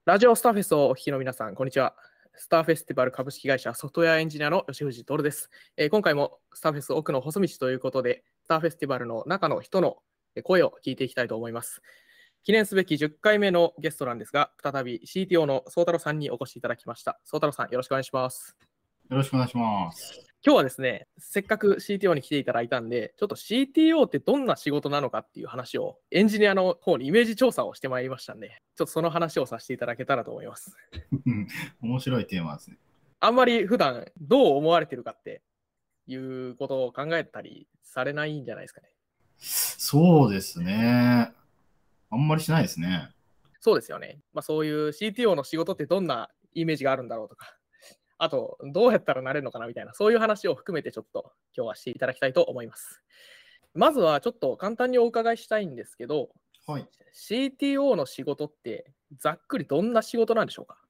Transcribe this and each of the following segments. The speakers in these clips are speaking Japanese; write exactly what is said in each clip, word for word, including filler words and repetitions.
ラジオスターフェスをお聞きの皆さん、こんにちは。スターフェスティバル株式会社ソフトウェアエンジニアの吉藤徹です。えー今回もスターフェス奥の細道ということで、スターフェスティバルの中の人の声を聞いていきたいと思います。記念すべきじゅっかいめのゲストなんですが、再び シーティーオー の宗太郎さんにお越しいただきました。宗太郎さん、よろしくお願いします。 よろしくお願いします。 今日はですね、せっかく シーティーオー に来ていただいたんで、ちょっと シーティーオー ってどんな仕事なのかっていう話を、エンジニアの方にイメージ調査をしてまいりましたんで、ちょっとその話をさせていただけたらと思います。 面白いテーマですね。 あんまり普段どう思われてるかっていうことを考えたりされないんじゃないですかね。 そうですね。あんまりしないですね。 そうですよね。まあ、そういう シーティーオー の仕事ってどんなイメージがあるんだろうとか、あとどうやったらなれるのかなみたいな、そういう話を含めてちょっと今日はしていただきたいと思います。まずはちょっと簡単にお伺いしたいんですけど、 はい。 シーティーオー の仕事ってざっくりどんな仕事なんでしょうか？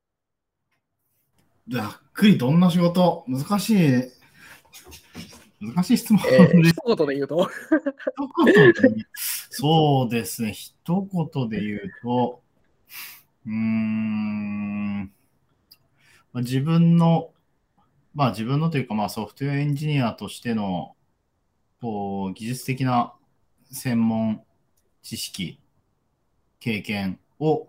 ざっくりどんな仕事難しい、難しい質問えー、 です。 一言で言うと一言で言うそうですね。一言で言うと、うーん、まあ自分の、まあ自分のというか、まあソフトウェアエンジニアとしての、こう、技術的な専門知識、経験を、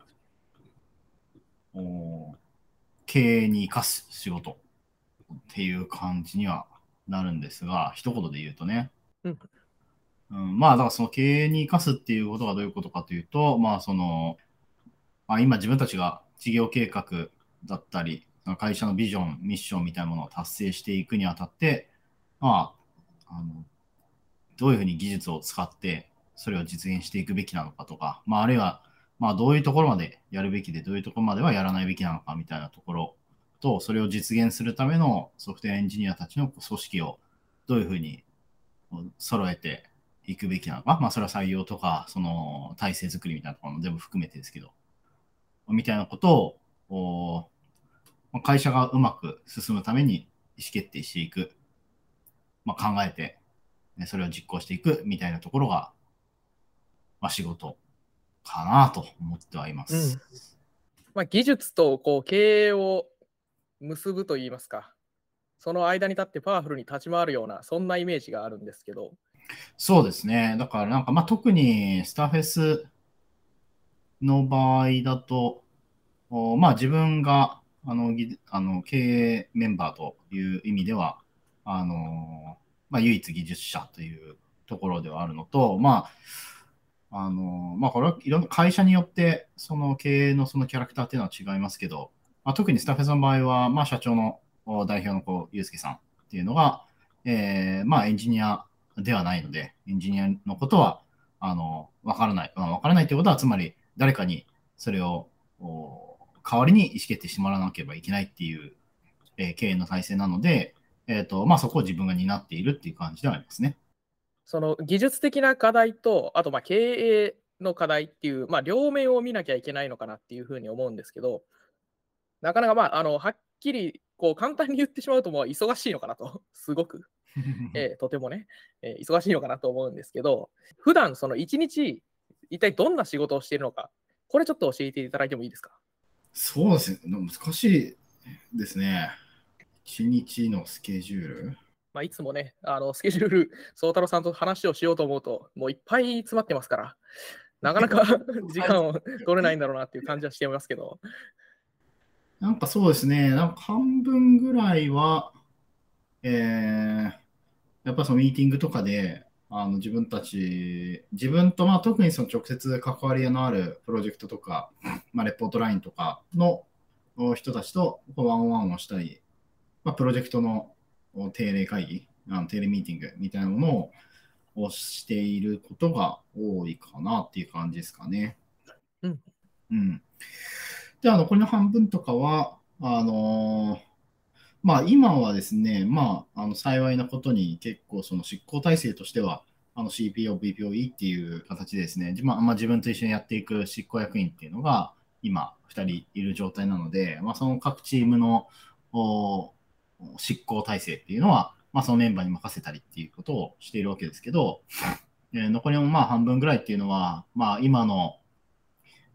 お経営に生かす仕事っていう感じにはなるんですが、一言で言うとね。 うんうん、まあ、だからその経営に生かすっていうことがどういうことかというと、まあ、その、まあ、今自分たちが事業計画だったり、その会社のビジョン、ミッションみたいなものを達成していくにあたって、まあ、あのどういうふうに技術を使ってそれを実現していくべきなのかとか、まあ、あるいは、まあ、どういうところまでやるべきで、どういうところまではやらないべきなのかみたいなところと、それを実現するためのソフトウェアエンジニアたちの組織をどういうふうに揃えていくべきなのか、まあ、それは採用とか、その体制作りみたいなところも全部含めてですけど、みたいなことを、会社がうまく進むために意思決定していく、まあ、考えて、それを実行していくみたいなところが、まあ、仕事かなと思ってはいまうん。 す。 まあ、技術とこう経営を結ぶといいますか、その間に立ってパワフルに立ち回るような、そんなイメージがあるんですけど。 そうですね。だからなんか、まあ、特にスターフェスの場合だと、おまあ、自分があのぎあの経営メンバーという意味では、あのまあ、唯一技術者というところではあるのと、まああのまあ、これはいろんな会社によってその経営のそのキャラクターっていうのは違いますけど、まあ、特にスタッフェスの場合は、まあ、社長のお代表のこうユースケさんっていうのが、えーまあ、エンジニアではないので、エンジニアのことはあのわからない。まあ、わからないということは、つまり誰かにそれをお代わりに意思決定してもらわなければいけないっていう、えー経営の体制なので、えーとまあ、そこを自分が担っているっていう感じではありますね。 その技術的な課題と、あとまあ経営の課題っていう、まあ、両面を見なきゃいけないのかなっていうふうに思うんですけど、なかなかまあ、あの、はっきりこう簡単に言ってしまうともう忙しいのかなと、すごく、えーとてもね、えー忙しいのかなと思うんですけど、普段そのいちにち、一体どんな仕事をしているのか、これちょっと教えていただいてもいいですか？ そうですね。難しいですね。一日のスケジュール。 まあ、いつもね、あの、スケジュール、宗太郎さんと話をしようと思うと、もういっぱい詰まってますから、なかなか時間を取れないんだろうなっていう感じはしてますけど。 なんかそうですね。なんか半分ぐらいは、えー、やっぱそのミーティングとかで、あの自分たち、自分とまあ特にその直接関わりのあるプロジェクトとか、まあ、レポートラインとかの人たちとワンオンワンをしたり、まあ、プロジェクトの定例会議、あの定例ミーティングみたいなものをしていることが多いかなっていう感じですかね。 うん。 うん。で、あの、これの半分とかは、あのーまあ、今はですね、まあ、あの幸いなことに結構その執行体制としては、あの シーピーオー、ビーピーオーイー っていう形でですね、まあ、まあ、自分と一緒にやっていく執行役員っていうのが今ふたりいる状態なので、まあ、その各チームのお執行体制っていうのは、まあ、そのメンバーに任せたりっていうことをしているわけですけど、えー残りのまあ半分ぐらいっていうのは、まあ、今の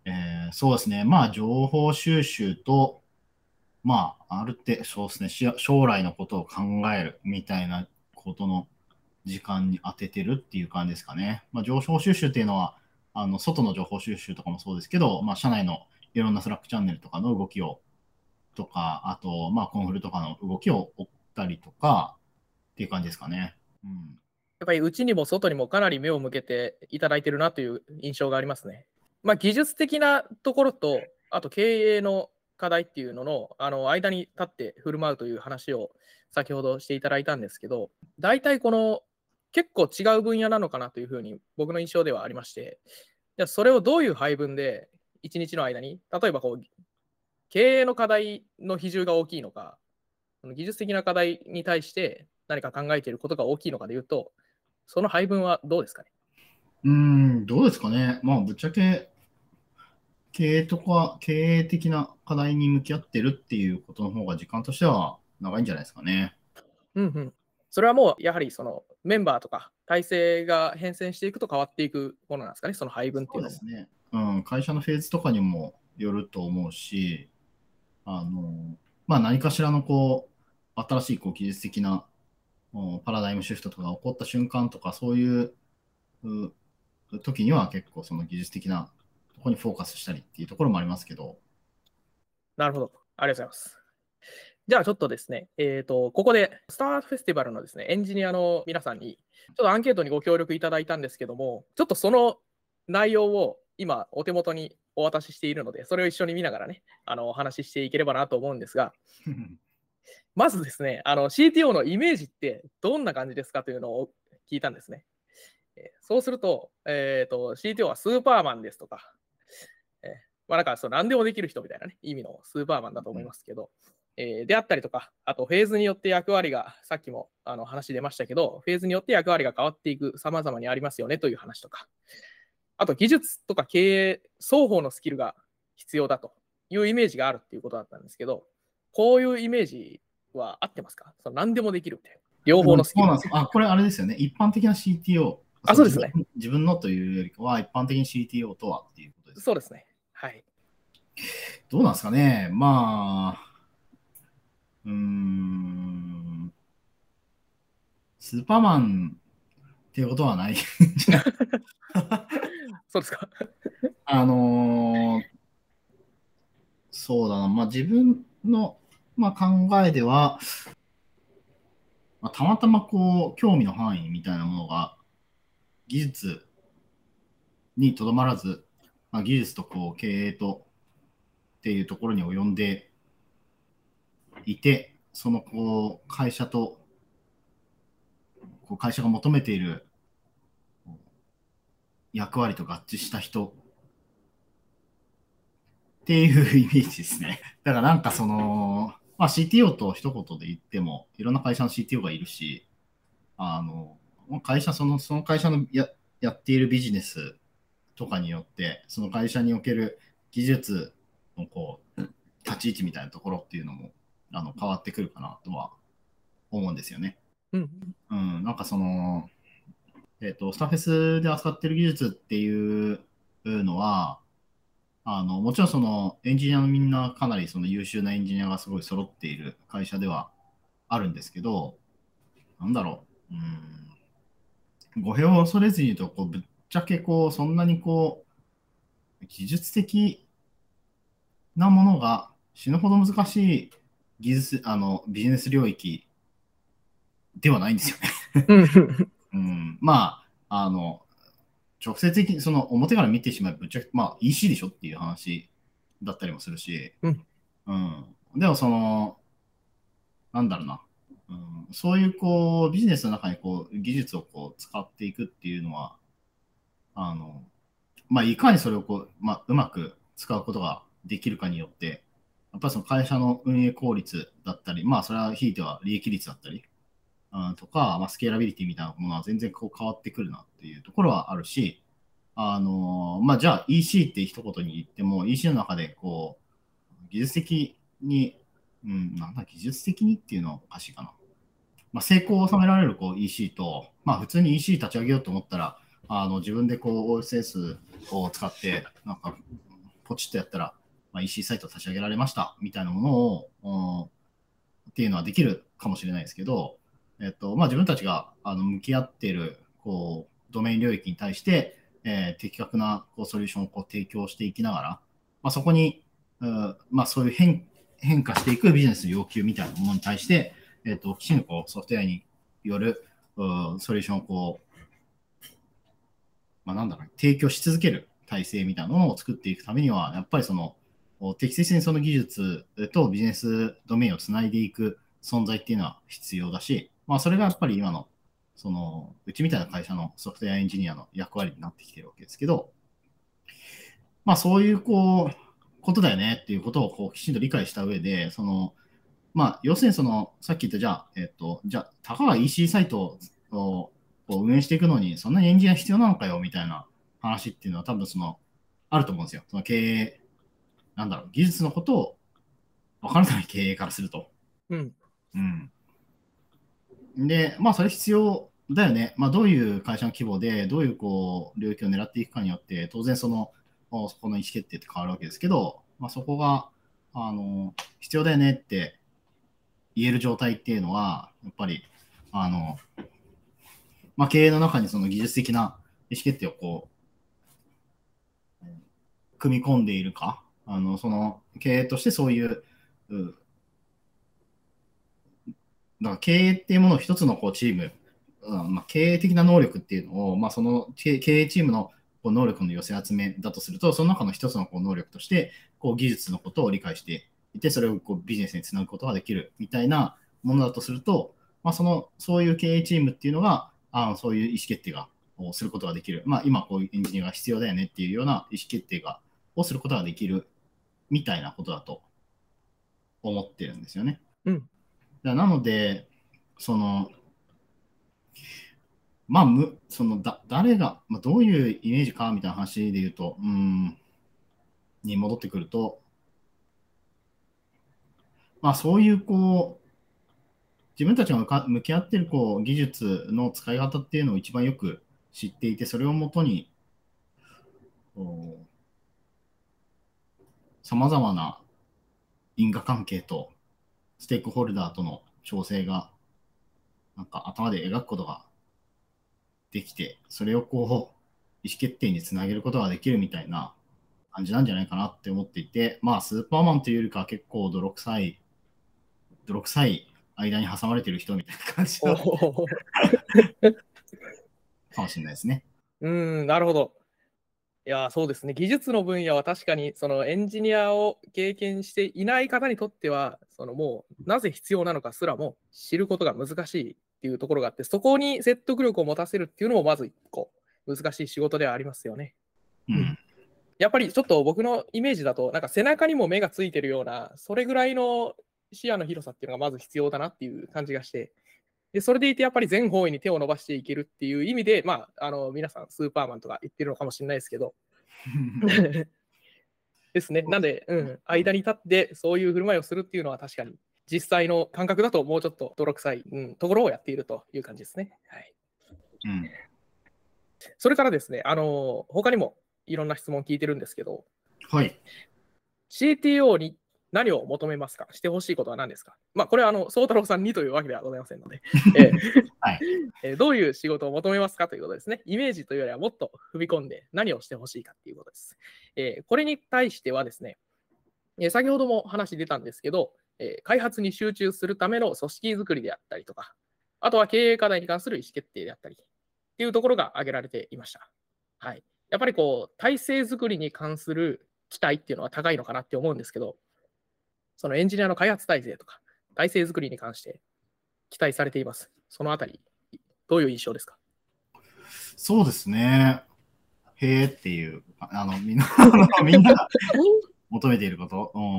えーそうですね。まあ、情報収集と、まあ、ある程度、そうですね。し将来のことを考えるみたいなことの時間に当ててるっていう感じですかね。まあ、情報収集っていうのは、あの、外の情報収集とかもそうですけど、まあ、社内のいろんなスラックチャンネルとかの動きを、とか、あと、まあ、コンフルとかの動きを追ったりとかっていう感じですかね。うん。 やっぱり内にも外にもかなり目を向けていただいてるなという印象がありますね。まあ、技術的なところと、あと経営の課題っていうのの、あの、間に立って振る舞うという話を先ほどしていただいたんですけど、大体この、結構違う分野なのかなというふうに僕の印象ではありまして、じゃあそれをどういう配分でいちにちの間に、例えばこう、経営の課題の比重が大きいのか、その技術的な課題に対して何か考えていることが大きいのかでいうと、その配分はどうですかね？ うーん、どうですかね。まあ、ぶっちゃけ、経営とか、経営的な課題に向き合ってるっていうことの方が時間としては長いんじゃないですかね。 うんうん。それはもうやはりそのメンバーとか体制が変遷していくと変わっていくものなんですかね、その配分ってそいうのも。 うですね。うん、会社のフェーズとかにもよると思うし、あの、まあ、何かしらのこう、新しいこう技術的なおパラダイムシフトとかが起こった瞬間とか、そういうう時には結構その技術的なところにフォーカスしたりっていうところもありますけど、 なるほど。ありがとうございます。じゃあちょっとですね、えっと、ここでスターフェスティバルのですね、エンジニアの皆さんに、ちょっとアンケートにご協力いただいたんですけども、ちょっとその内容を今お手元にお渡ししているので、それを一緒に見ながらね、あの、お話ししていければなと思うんですが、まずですね、あの シーティーオー のイメージってどんな感じですかというのを聞いたんですね。えーそうすると、えーと、シーティーオー はスーパーマンですとか、えーまあ、なんかそう何でもできる人みたいなね、意味のスーパーマンだと思いますけど、えーであったりとか、あとフェーズによって役割が、さっきもあの話出ましたけど、フェーズによって役割が変わっていく、様々にありますよねという話とか、あと技術とか経営、双方のスキルが必要だというイメージがあるっていうことだったんですけど、こういうイメージは合ってますか？その何でもできるみたいな。両うん、 方のスキル。 そうなんです。あ、これあれですよね。一般的な シーティーオー、 あ、 そうそうですね。 自分自分のというよりかは、一般的に シーティーオー とはっていうことです。 そうですね。はい。 どうなんですかね。まあ、うーん、スーパーマンっていうことはない。 そうですか。 あのーそうだな。まあ自分の、まあ、考えでは、まあ、たまたまこう、興味の範囲みたいなものが、技術にとどまらず、まあ、技術とこう経営とっていうところに及んでいて、そのこう会社とこう会社が求めている役割と合致した人っていうイメージですね。だからなんかその、まあ、シーティーオー と一言で言っても、いろんな会社の シーティーオー がいるし、あの、会社、その、その会社のややっているビジネスとかによって、その会社における技術のこう立ち位置みたいなところっていうのもあの変わってくるかなとは思うんですよね。 うん。 うん、なんかその、えっ、と、スタフェスで扱ってる技術っていうのは、あの、もちろんそのエンジニアのみんなかなりその優秀なエンジニアがすごい揃っている会社ではあるんですけど、なんだろう、うん、語弊を恐れずに言うと、こうぶっちゃけこう、そんなにこう、技術的なものが死ぬほど難しい技術、あの、ビジネス領域ではないんですよね。 うん。 うん、まあ、あの、直接的にその表から見てしまえばぶっちゃけ、まあ イーシー でしょっていう話だったりもするし、 うん。 うん。でもその、なんだろうな、うん、そういうこうビジネスの中にこう技術をこう使っていくっていうのは、あの、まあいかにそれをこう、まあ、うまく使うことができるかによって、やっぱりその会社の運営効率だったり、まあそれはひいては利益率だったり、うん、とか、まあ、スケーラビリティみたいなものは全然こう変わってくるなっていうところはあるし、あのまあ、じゃあ イーシー って一言に言っても、イーシー の中でこう技術的に、うん、なんだ、技術的にっていうのはおかしいかな。まあ、成功を収められるこう イーシー と、まあ、普通に イーシー 立ち上げようと思ったら、あの自分でこう オーエスエス を使って、なんかポチッとやったら、まあ、イーシー サイト立ち上げられましたみたいなものを、うんっていうのはできるかもしれないですけど、えっとまあ、自分たちがあの向き合っているこうドメイン領域に対して、えー、的確なこうソリューションをこう提供していきながら、まあ、そこに、うんまあ、そういう 変, 変化していくビジネス要求みたいなものに対して、えっときちんとこうソフトウェアによるソリューションをこう、まあ、なんだろう提供し続ける体制みたいなものを作っていくためには、やっぱりその適切にその技術とビジネスドメインをつないでいく存在っていうのは必要だし、まあ、それがやっぱり今のそのうちみたいな会社のソフトウェアエンジニアの役割になってきてるわけですけど、まあ、そういうこうことだよねっていうことをこうきちんと理解した上で、そのまあ、要するにそのさっき言ったじゃあ、えっと、じゃあ、たかが イーシー サイトを運営していくのに、そんなにエンジニア必要なのかよみたいな話っていうのは多分そのあると思うんですよ。その経営、なんだろう、技術のことを分からない経営からすると。 うん。 うん。で、まあ、それ必要だよね。まあ、どういう会社の規模で、どういうこう領域を狙っていくかによって、当然その、そこの意思決定って変わるわけですけど、まあ、そこが、あの、必要だよねって言える状態っていうのは、やっぱり、あの、まあ、経営の中にその技術的な意思決定をこう、組み込んでいるか、あの、その経営としてそういう、うだから経営っていうものを一つのこうチーム、うんまあ、経営的な能力っていうのを、まあ、その経営チームのこう能力の寄せ集めだとすると、その中の一つのこう能力として、こう技術のことを理解していて、それをこうビジネスにつなぐことができるみたいなものだとすると、まあ、そのそういう経営チームっていうのが、あそういう意思決定がをすることができる、まあ、今こういうエンジニアが必要だよねっていうような意思決定がをすることができるみたいなことだと思ってるんですよね。 うん。 なので、その、まあ、むそのだ誰が、まあ、どういうイメージかみたいな話で言うと、うん、に戻ってくると、まあ、そういうこう、自分たちが向か向き合っているこう技術の使い方っていうのを一番よく知っていて、それをもとに、さまざまな因果関係とステークホルダーとの調整が、なんか頭で描くことができて、それをこう、意思決定につなげることができるみたいな感じなんじゃないかなって思っていて、まあ、スーパーマンというよりかは結構泥臭い、泥臭い間に挟まれてる人みたいな感じのかもしれないですね。 うん、なるほど。いや、そうですね。技術の分野は確かに、そのエンジニアを経験していない方にとっては、そのもう、なぜ必要なのかすらも知ることが難しいっていうところがあって、そこに説得力を持たせるっていうのもまず一個、難しい仕事ではありますよね。 うん。 やっぱりちょっと僕のイメージだと、なんか背中にも目がついてるような、それぐらいの視野の広さっていうのがまず必要だなっていう感じがして、で、それでいてやっぱり全方位に手を伸ばしていけるっていう意味で、まあ、あの、皆さんスーパーマンとか言ってるのかもしれないですけど、ですね。なんで、うん、間に立ってそういう振る舞いをするっていうのは確かに、実際の感覚だともうちょっと泥臭い、うん、ところをやっているという感じですね。はい。 うん。 それからですね、あの、他にもいろんな質問聞いてるんですけど、 はい。 シーティーオー に何を求めますか？してほしいことは何ですか？まあ、これはあの、宗太郎さんにというわけではございませんので、えーはい。 えーどういう仕事を求めますかということですね。イメージというよりはもっと踏み込んで何をしてほしいかということです。えーこれに対してはですね、えー先ほども話出たんですけど、えー開発に集中するための組織づくりであったりとか、あとは経営課題に関する意思決定であったりっていうところが挙げられていました。はい。やっぱりこう、体制づくりに関する期待っていうのは高いのかなって思うんですけど、そのエンジニアの開発体制とか、体制づくりに関して期待されています。そのあたり、どういう印象ですか？ そうですね。へーっていう、あの、みんなみんなが求めていること、うん、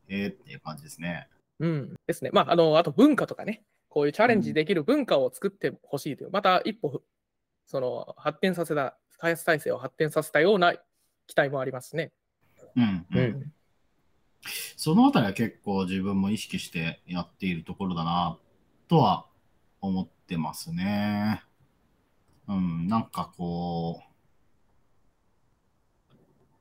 へーっていう感じですね。 うん、ですね。まあ、あの、あと文化とかね、こういうチャレンジうん。 できる文化を作ってほしいという、また一歩、その発展させた、開発体制を発展させたような期待もありますね。 うん。うん。 うん。 そのあたりは結構自分も意識してやっているところだなとは思ってますね。うん、なんかこ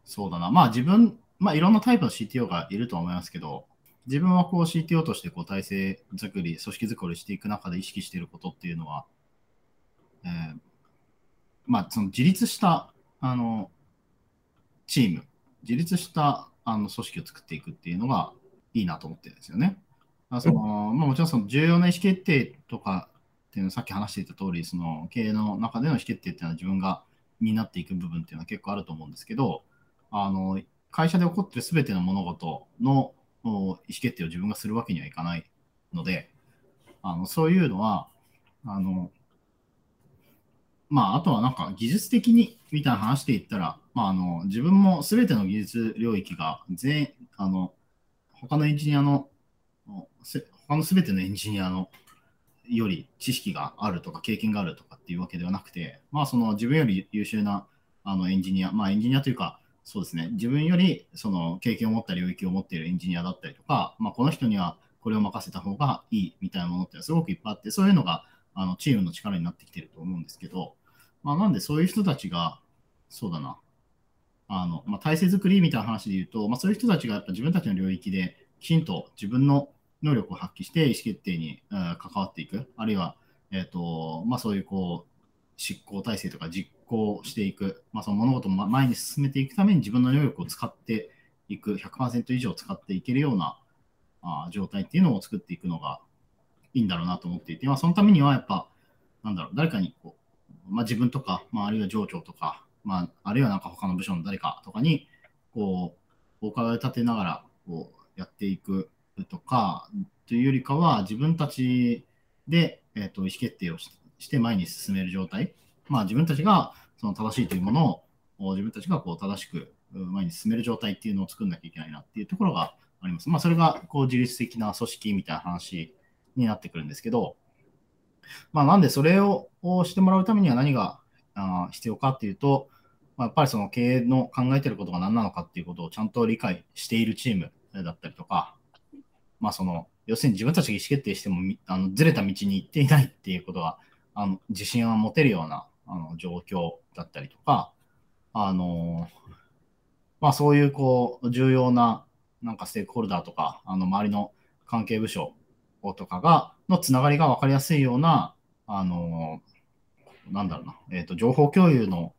そうだな。まあ自分、まあいろんなタイプの シーティーオー がいるとは思いますけど、自分はこう シーティーオー としてこう体制作り、組織作りしていく中で意識していることっていうのは、えーまあその自立したあのチーム、自立したあの組織を作っていくっていうのがいいなと思ってるんですよね。あそのまあ、もちろんその重要な意思決定とかっていうのをさっき話していた通り、その経営の中での意思決定っていうのは自分が担っていく部分っていうのは結構あると思うんですけど、あの会社で起こっている全ての物事の意思決定を自分がするわけにはいかないので、あのそういうのは、あのまあ、あとはなんか技術的にみたいな話で言ったら、まあ、あの自分も全ての技術領域が全あの他のエンジニアの他の全てのエンジニアのより知識があるとか経験があるとかっていうわけではなくて、まあ、その自分より優秀なあのエンジニア、まあ、エンジニアというか、そうですね、自分よりその経験を持った領域を持っているエンジニアだったりとか、まあ、この人にはこれを任せた方がいいみたいなものってすごくいっぱいあって、そういうのがあのチームの力になってきてると思うんですけど、まあ、なんでそういう人たちが、そうだな、あのまあ、体制作りみたいな話で言うと、まあ、そういう人たちがやっぱ自分たちの領域できちんと自分の能力を発揮して意思決定に、うん、関わっていく、あるいは、えーとまあ、そういうこう執行体制とか実行していく、まあ、その物事を前に進めていくために自分の能力を使っていく、ひゃくパーセント以上使っていけるようなあ状態っていうのを作っていくのがいいんだろうなと思っていて、まあ、そのためにはやっぱ、なんだろう、誰かにこう、まあ、自分とか、まあ、あるいは上長とか、まあ、あるいはなんか他の部署の誰かとかに、こう、お伺いを立てながら、こう、やっていくとか、というよりかは、自分たちで、えー、と意思決定をしして前に進める状態、まあ、自分たちがその正しいというものを、自分たちがこう正しく前に進める状態っていうのを作んなきゃいけないなっていうところがあります。まあ、それがこう自律的な組織みたいな話になってくるんですけど、まあ、なんでそれをしてもらうためには何があ必要かっていうと、まあ、やっぱりその経営の考えていることが何なのかっていうことをちゃんと理解しているチームだったりとか、まあ、その要するに自分たちが意思決定してもあのずれた道に行っていないっていうことがあの自信は持てるようなあの状況だったりとか、あのまあ、そういうこう重要ななんかステークホルダーとかあの周りの関係部署とかがのつながりが分かりやすいようなあのなんだろうな、えーと、情報共有の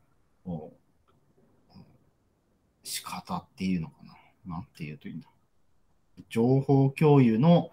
仕方っていうのかな。なんていうといいんだ。情報共有の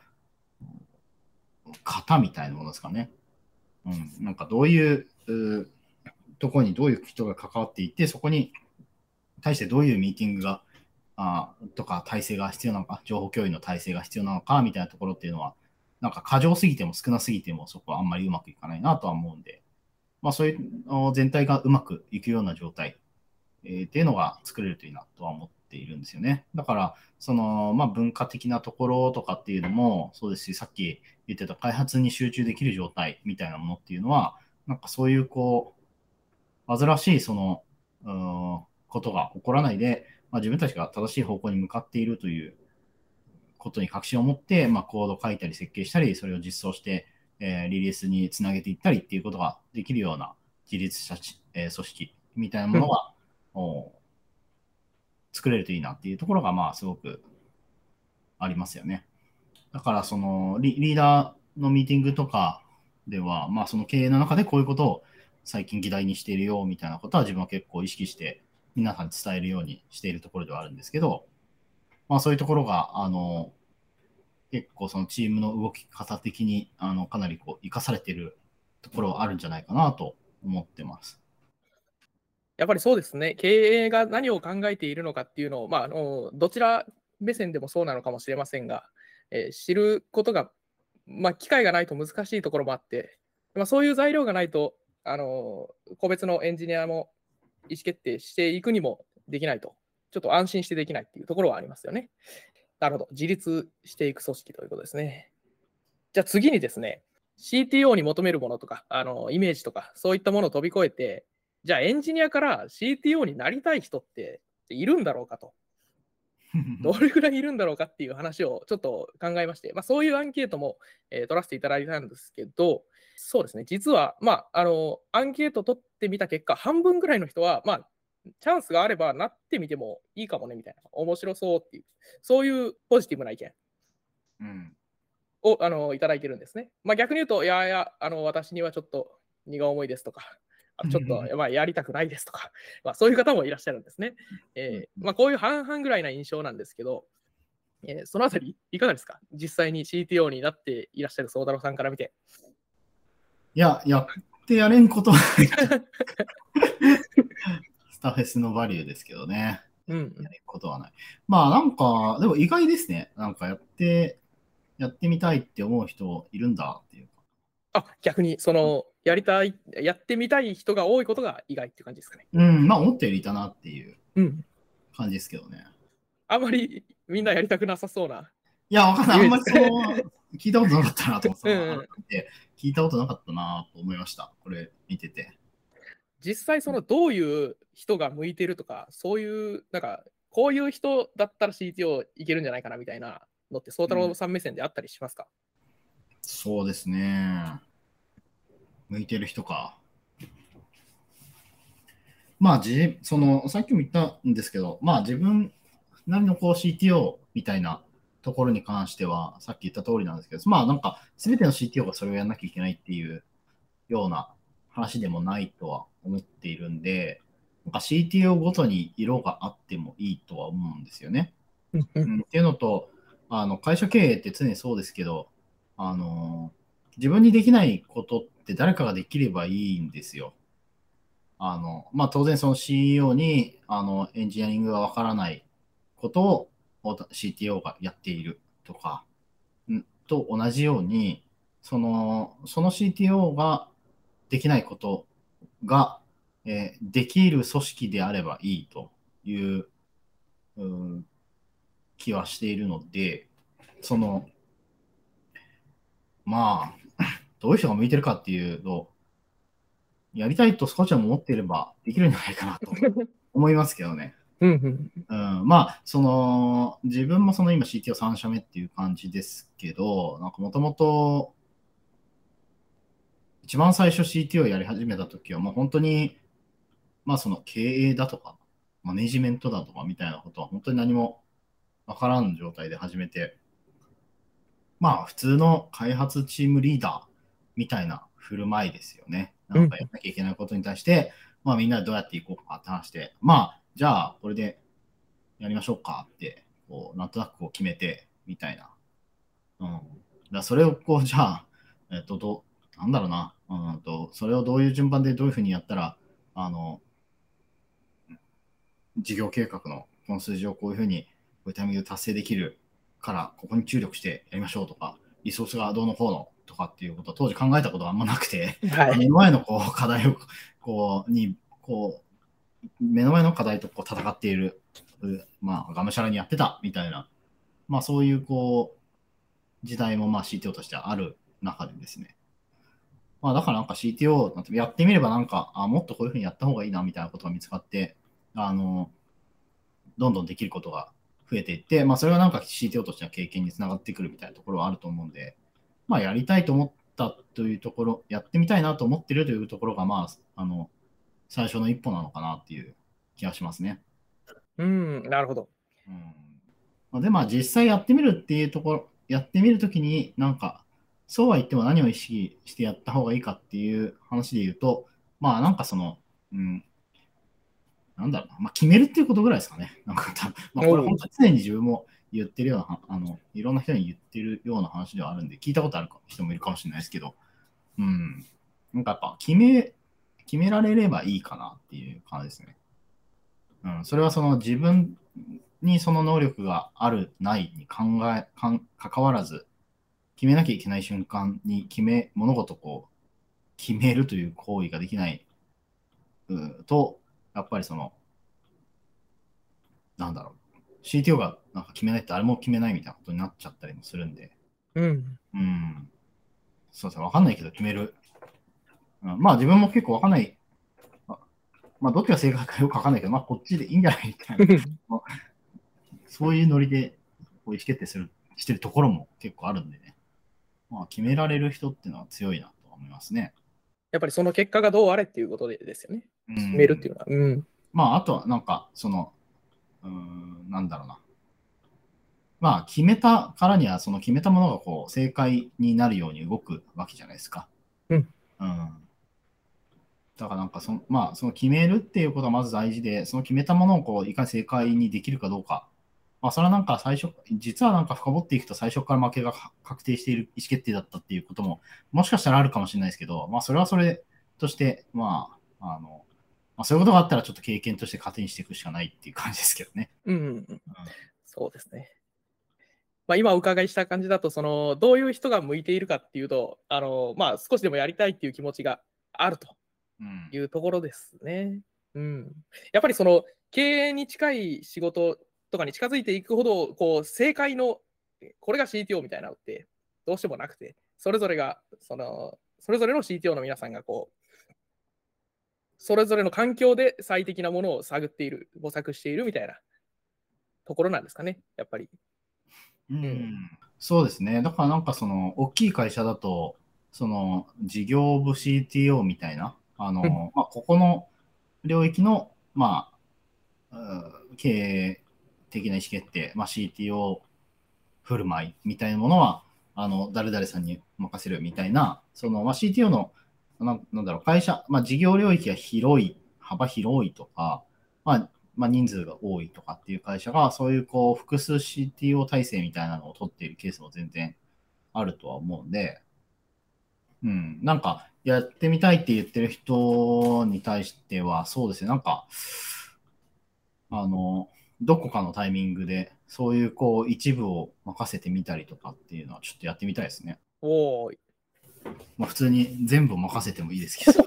型みたいなものですかね。うん。なんかどういううところにどういう人が関わっていて、そこに対してどういうミーティングがあとか体制が必要なのか、情報共有の体制が必要なのかみたいなところっていうのは、なんか過剰すぎても少なすぎてもそこはあんまりうまくいかないなとは思うんで、まあ、そういう全体がうまくいくような状態、えー、っていうのが作れるといいなとは思っているんですよね。だから、その、まあ、文化的なところとかっていうのもそうですし、さっき言ってた開発に集中できる状態みたいなものっていうのは、なんかそういうこう、煩わしいその、うん、ことが起こらないで、まあ、自分たちが正しい方向に向かっているということに確信を持って、まあ、コードを書いたり設計したり、それを実装して、えー、リリースにつなげていったりっていうことができるような自立した、えー、組織みたいなものが、作れるといいなっていうところが、まあ、すごくありますよね。だから、そのリ、リーダーのミーティングとかでは、まあ、その経営の中でこういうことを最近議題にしているよみたいなことは自分は結構意識して皆さんに伝えるようにしているところではあるんですけど、まあ、そういうところが、あの、結構そのチームの動き方的にあのかなりこう生かされているところはあるんじゃないかなと思ってます。 やっぱりそうですね、経営が何を考えているのかっていうのを、まあ、あのどちら目線でもそうなのかもしれませんが、えー、知ることが、まあ、機会がないと難しいところもあって、まあ、そういう材料がないと、あの個別のエンジニアも意思決定していくにもできないと、ちょっと安心してできないっていうところはありますよね。なるほど、自立していく組織ということですね。じゃあ次にですね、シーティーオー に求めるものとか、あのイメージとか、そういったものを飛び越えて、じゃあエンジニアから シーティーオー になりたい人っているんだろうかと。どれぐらいいるんだろうかっていう話をちょっと考えまして、まあ、そういうアンケートも、えー取らせていただいたんですけど、そうですね、実は、まあ、あのアンケート取ってみた結果、半分ぐらいの人は、まあ、 チャンスがあればなってみてもいいかもねみたいな、面白そうっていう、そういうポジティブな意見うん。 をあのいただいてるんですね。まあ、逆に言うと、いやいや、あの私にはちょっと荷が重いですとか、あちょっと、まあ、やりたくないですとか、まあ、そういう方もいらっしゃるんですね。えーまあ、こういう半々ぐらいな印象なんですけど、えーそのあたり、いかがですか、実際に シーティーオー になっていらっしゃる宗太郎さんから見て。 いや、やってやれんことはスタフェスのバリューですけどね。 うん、 やれんことはない。まあなんか、でも意外ですね。なんかやって、やってみたいって思う人いるんだっていうか。 あ、逆に、その、やりたい、やってみたい人が多いことが意外っていう感じですかね。 うん、まあ思ったよりいたなっていううん。 感じですけどね。 あんまりみんなやりたくなさそうないや、わかんない。あんまりそイメージですね。 の、聞いたことなかったなと思って、 うんその改うん、 めて聞いたことなかったなと思いました。これ見てて。 実際、そのどういう人が向いてるとか、そういう、なんか、こういう人だったら シーティーオー いけるんじゃないかなみたいなのって、宗太郎さん目線であったりしますか？ そうですね。向いてる人か。まあ、じその、さっきも言ったんですけど、まあ自分なりのこう シーティーオー みたいなところに関しては、さっき言った通りなんですけど、まあなんか、すべての シーティーオー がそれをやらなきゃいけないっていうような話でもないとは思っているんで、なんか シーティーオー ごとに色があってもいいとは思うんですよね。 うんうん、 うん、っていうのと、あの会社経営って常にそうですけど、あの自分にできないことって誰かができればいいんですよ。あのまあ、当然その シーイーオー にあのエンジニアリングがわからないことを シーティーオー がやっているとかんと同じように、そのその シーティーオー ができないことが、えーできる組織であればいいという、うん気はしているので、そのまあ、どういう人が向いてるかっていうと、やりたいと少しでも思っていればできるんじゃないかなと思いますけどね。 うんうんうん、まあ、その、自分もその今 シーティーオーさん 社目っていう感じですけど、なんかもともと、一番最初 シーティーオー やり始めた時は、もう本当に、まあその経営だとか、マネジメントだとかみたいなことは本当に何もわからん状態で始めて、まあ普通の開発チームリーダーみたいな振る舞いですよね。なうんんかやんなきゃいけないことに対して、まあみんなでどうやっていこうかって話して、まあじゃあこれでやりましょうかって、こうなんとなくこう決めてみたいな。うん。だからそれをこう、じゃあ、えっと、どう、なんだろうな。うんと、それをどういう順番でどういうふうにやったら、あの、事業計画のこの数字をこういうふうに、こういうタイミングで達成できるから、ここに注力してやりましょうとか、リソースがどうのこうのとかっていうことは当時考えたことはあんまなくて、目はい。 の前のこう課題を、こう、に、こう、目の前の課題とこう戦っている、まあ、がむしゃらにやってたみたいな、まあそういうこう、時代もまあ シーティーオー としてはある中でですね。まあだからなんか シーティーオー なんてやってみればなんか、あ、もっとこういうふうにやった方がいいなみたいなことが見つかって、あの、どんどんできることが増えていって、まあそれがなんか シーティーオー としての経験につながってくるみたいなところはあると思うんで、まあやりたいと思ったというところ、やってみたいなと思ってるというところが、まあ、あの、最初の一歩なのかなっていう気がしますね。 うん、なるほど。 うん、で、まあ実際やってみるっていうところ、やってみるときになんか、そうは言っても何を意識してやった方がいいかっていう話で言うと、まあなんかその、うん、なんだろうな、まあ決めるっていうことぐらいですかね。なんか多分、まあこれおう、 本当に常に自分も言ってるような、あの、いろんな人に言ってるような話ではあるんで、聞いたことある人もいるかもしれないですけど、うん、なんかやっぱ決め、決められればいいかなっていう感じですね。うん、それはその自分にその能力がある、ないに考え、かん関わらず、決めなきゃいけない瞬間に決め、物事をこう、決めるという行為ができない、うと、やっぱりその、なんだろう、シーティーオー がなんか決めないってあれも決めないみたいなことになっちゃったりもするんで、 うん。 うん、そうですね、わかんないけど決める。うん、まあ自分も結構わかんない、ままあどっちが正解かよくわかんないけど、まあこっちでいいんじゃないみたいな、そういうノリでこう意思決定する、してるところも結構あるんでね。まあ、決められる人っていうのは強いなと思いますね。 やっぱりその結果がどうあれっていうことでですよね。 う決めるっていん。 うのは。うん。 まあ、あとはなんか、その、うーん、なんだろうな。まあ、決めたからには、その決めたものがこう、正解になるように動くわけじゃないですか。 うん。 うん。だからなんかその、まあ、その決めるっていうことがまず大事で、その決めたものをこう、いかに正解にできるかどうか。まあ、それはなんか最初、実はなんか深掘っていくと最初から負けが確定している意思決定だったっていうことも、もしかしたらあるかもしれないですけど、まあ、それはそれとして、まあ、あの、まあ、そういうことがあったらちょっと経験として糧にしていくしかないっていう感じですけどね。 うんうんうん。そうですね。まあ、今お伺いした感じだと、その、どういう人が向いているかっていうと、あの、まあ、少しでもやりたいっていう気持ちがあるとうん。 いうところですね。うん。やっぱりその、経営に近い仕事とかに近づいていくほど、こう、正解の、これが シーティーオー みたいなのって、どうしてもなくて、それぞれが、その、それぞれの シーティーオー の皆さんがこう、それぞれの環境で最適なものを探っている、模索しているみたいなところなんですかね、やっぱり。 ううん。 ん、そうですね。だからなんかその、大きい会社だと、その、事業部 シーティーオー みたいな、あうん。 の、まあ、ここの領域の、まあ、うん経営的な意思決定、まあ、シーティーオー 振る舞いみたいなものは、あの、誰々さんに任せるみたいな、その、まあ、シーティーオー の、ななんだろう、会社、まあ、事業領域が広い、幅広いとか、まあ、まあ、人数が多いとかっていう会社が、そういうこう、複数 シーティーオー 体制みたいなのを取っているケースも全然あるとは思うんで、うん、なんか、やってみたいって言ってる人に対しては、そうですね、なんか、あの、どこかのタイミングで、そういうこう、一部を任せてみたりとかっていうのは、ちょっとやってみたいですね。 おー。 まあ、普通に全部任せてもいいですけど。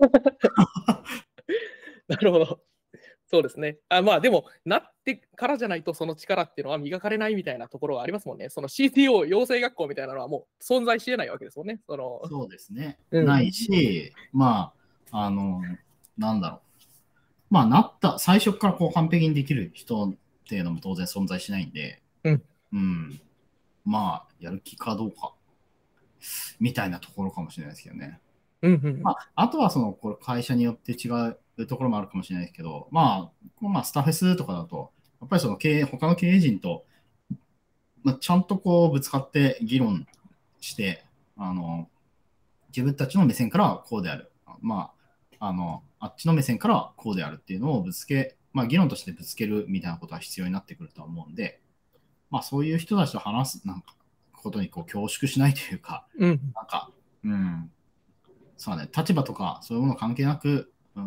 なるほど。そうですね。あ、まあ、でも、なってからじゃないと、その力っていうのは磨かれないみたいなところはありますもんね。その シーティーオー 養成学校みたいなのはもう存在し得ないわけですもんね。その、 そうですね。 うん。 ないし、まあ、あの、なんだろう。まあ、なった、最初からこう完璧にできる人っていうのも当然存在しないんで、 うん。 うん。まあ、やる気かどうか、みたいなところかもしれないですけどね。 うんうんうん。 まあ、あとはその、これ会社によって違うところもあるかもしれないですけど、まあ、まあ、スタフェスとかだと、やっぱりその経営、他の経営陣と、まあ、ちゃんとこうぶつかって議論して、あの、自分たちの目線からはこうである。まあ、あの、あっちの目線からはこうであるっていうのをぶつけ、まあ、議論としてぶつけるみたいなことは必要になってくるとは思うんで、まあ、そういう人たちと話す、なんか、ことにこう恐縮しないというか、 うん。 なんか、うん、そうね、立場とかそういうもの関係なく、うん、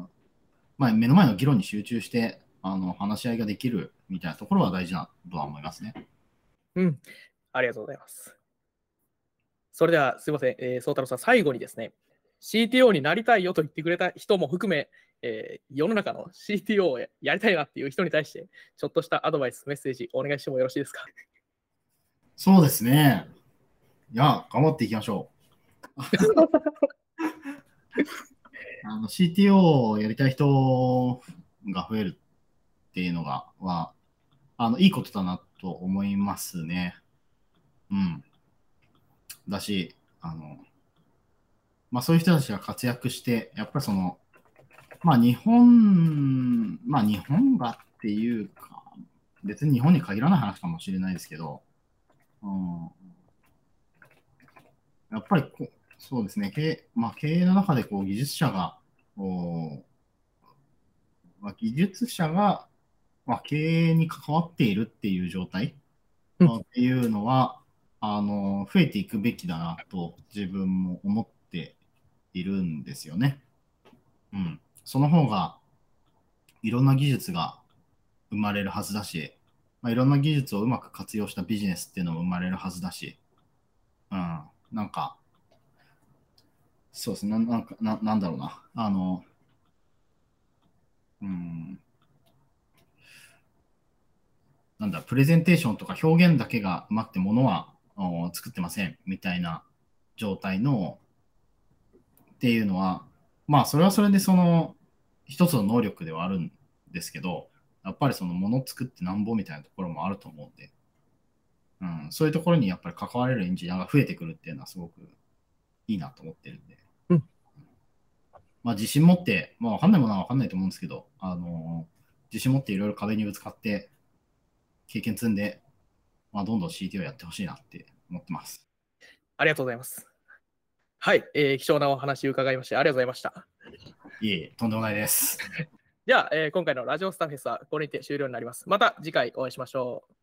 まあ、目の前の議論に集中して、あの、話し合いができるみたいなところは大事なとは思いますね。 うん。ありがとうございます。それでは、すいません、えー、宗太郎さん、最後にですね、シーティーオー になりたいよと言ってくれた人も含め、えー世の中の シーティーオー をややりたいなっていう人に対して、ちょっとしたアドバイス、メッセージ、お願いしてもよろしいですか。 そうですね。いや、頑張っていきましょう。あの シーティーオー をやりたい人が増えるっていうのが、は、あの、いいことだなと思いますね。うん。だし、あの、まあそういう人たちが活躍して、やっぱりその、まあ日本、まあ日本がっていうか、別に日本に限らない話かもしれないですけど、うん、やっぱりこう、そうですね、経営、まあ経営の中でこう技術者が、こうまあ、技術者が、まあ、経営に関わっているっていう状態うん。 っていうのは、あの、増えていくべきだなと自分も思っているんですよね。うん。その方がいろんな技術が生まれるはずだし、まあ、いろんな技術をうまく活用したビジネスっていうのも生まれるはずだし、うん。なんか、そうですね。ななんか、な、なんだろうな。あの、うん。なんだ、プレゼンテーションとか表現だけがうまくてものはお作ってませんみたいな状態のっていうのは、まあ、それはそれでその一つの能力ではあるんですけど、やっぱりそのもの作ってなんぼみたいなところもあると思うんで、うん、そういうところにやっぱり関われるエンジニアが増えてくるっていうのはすごくいいなと思ってるんで。 うん。 まあ、自信持って、まあ、わかんないものはわかんないと思うんですけど、あのー自信持っていろいろ壁にぶつかって、経験積んで、まあ、どんどん シーティーオー やってほしいなって思ってます。 ありがとうございます。はい、えー貴重なお話伺いましてありがとうございました。 いえいえ、とんでもないです。 では、えー今回のラジオスターフェスはこれにて終了になります。また次回お会いしましょう。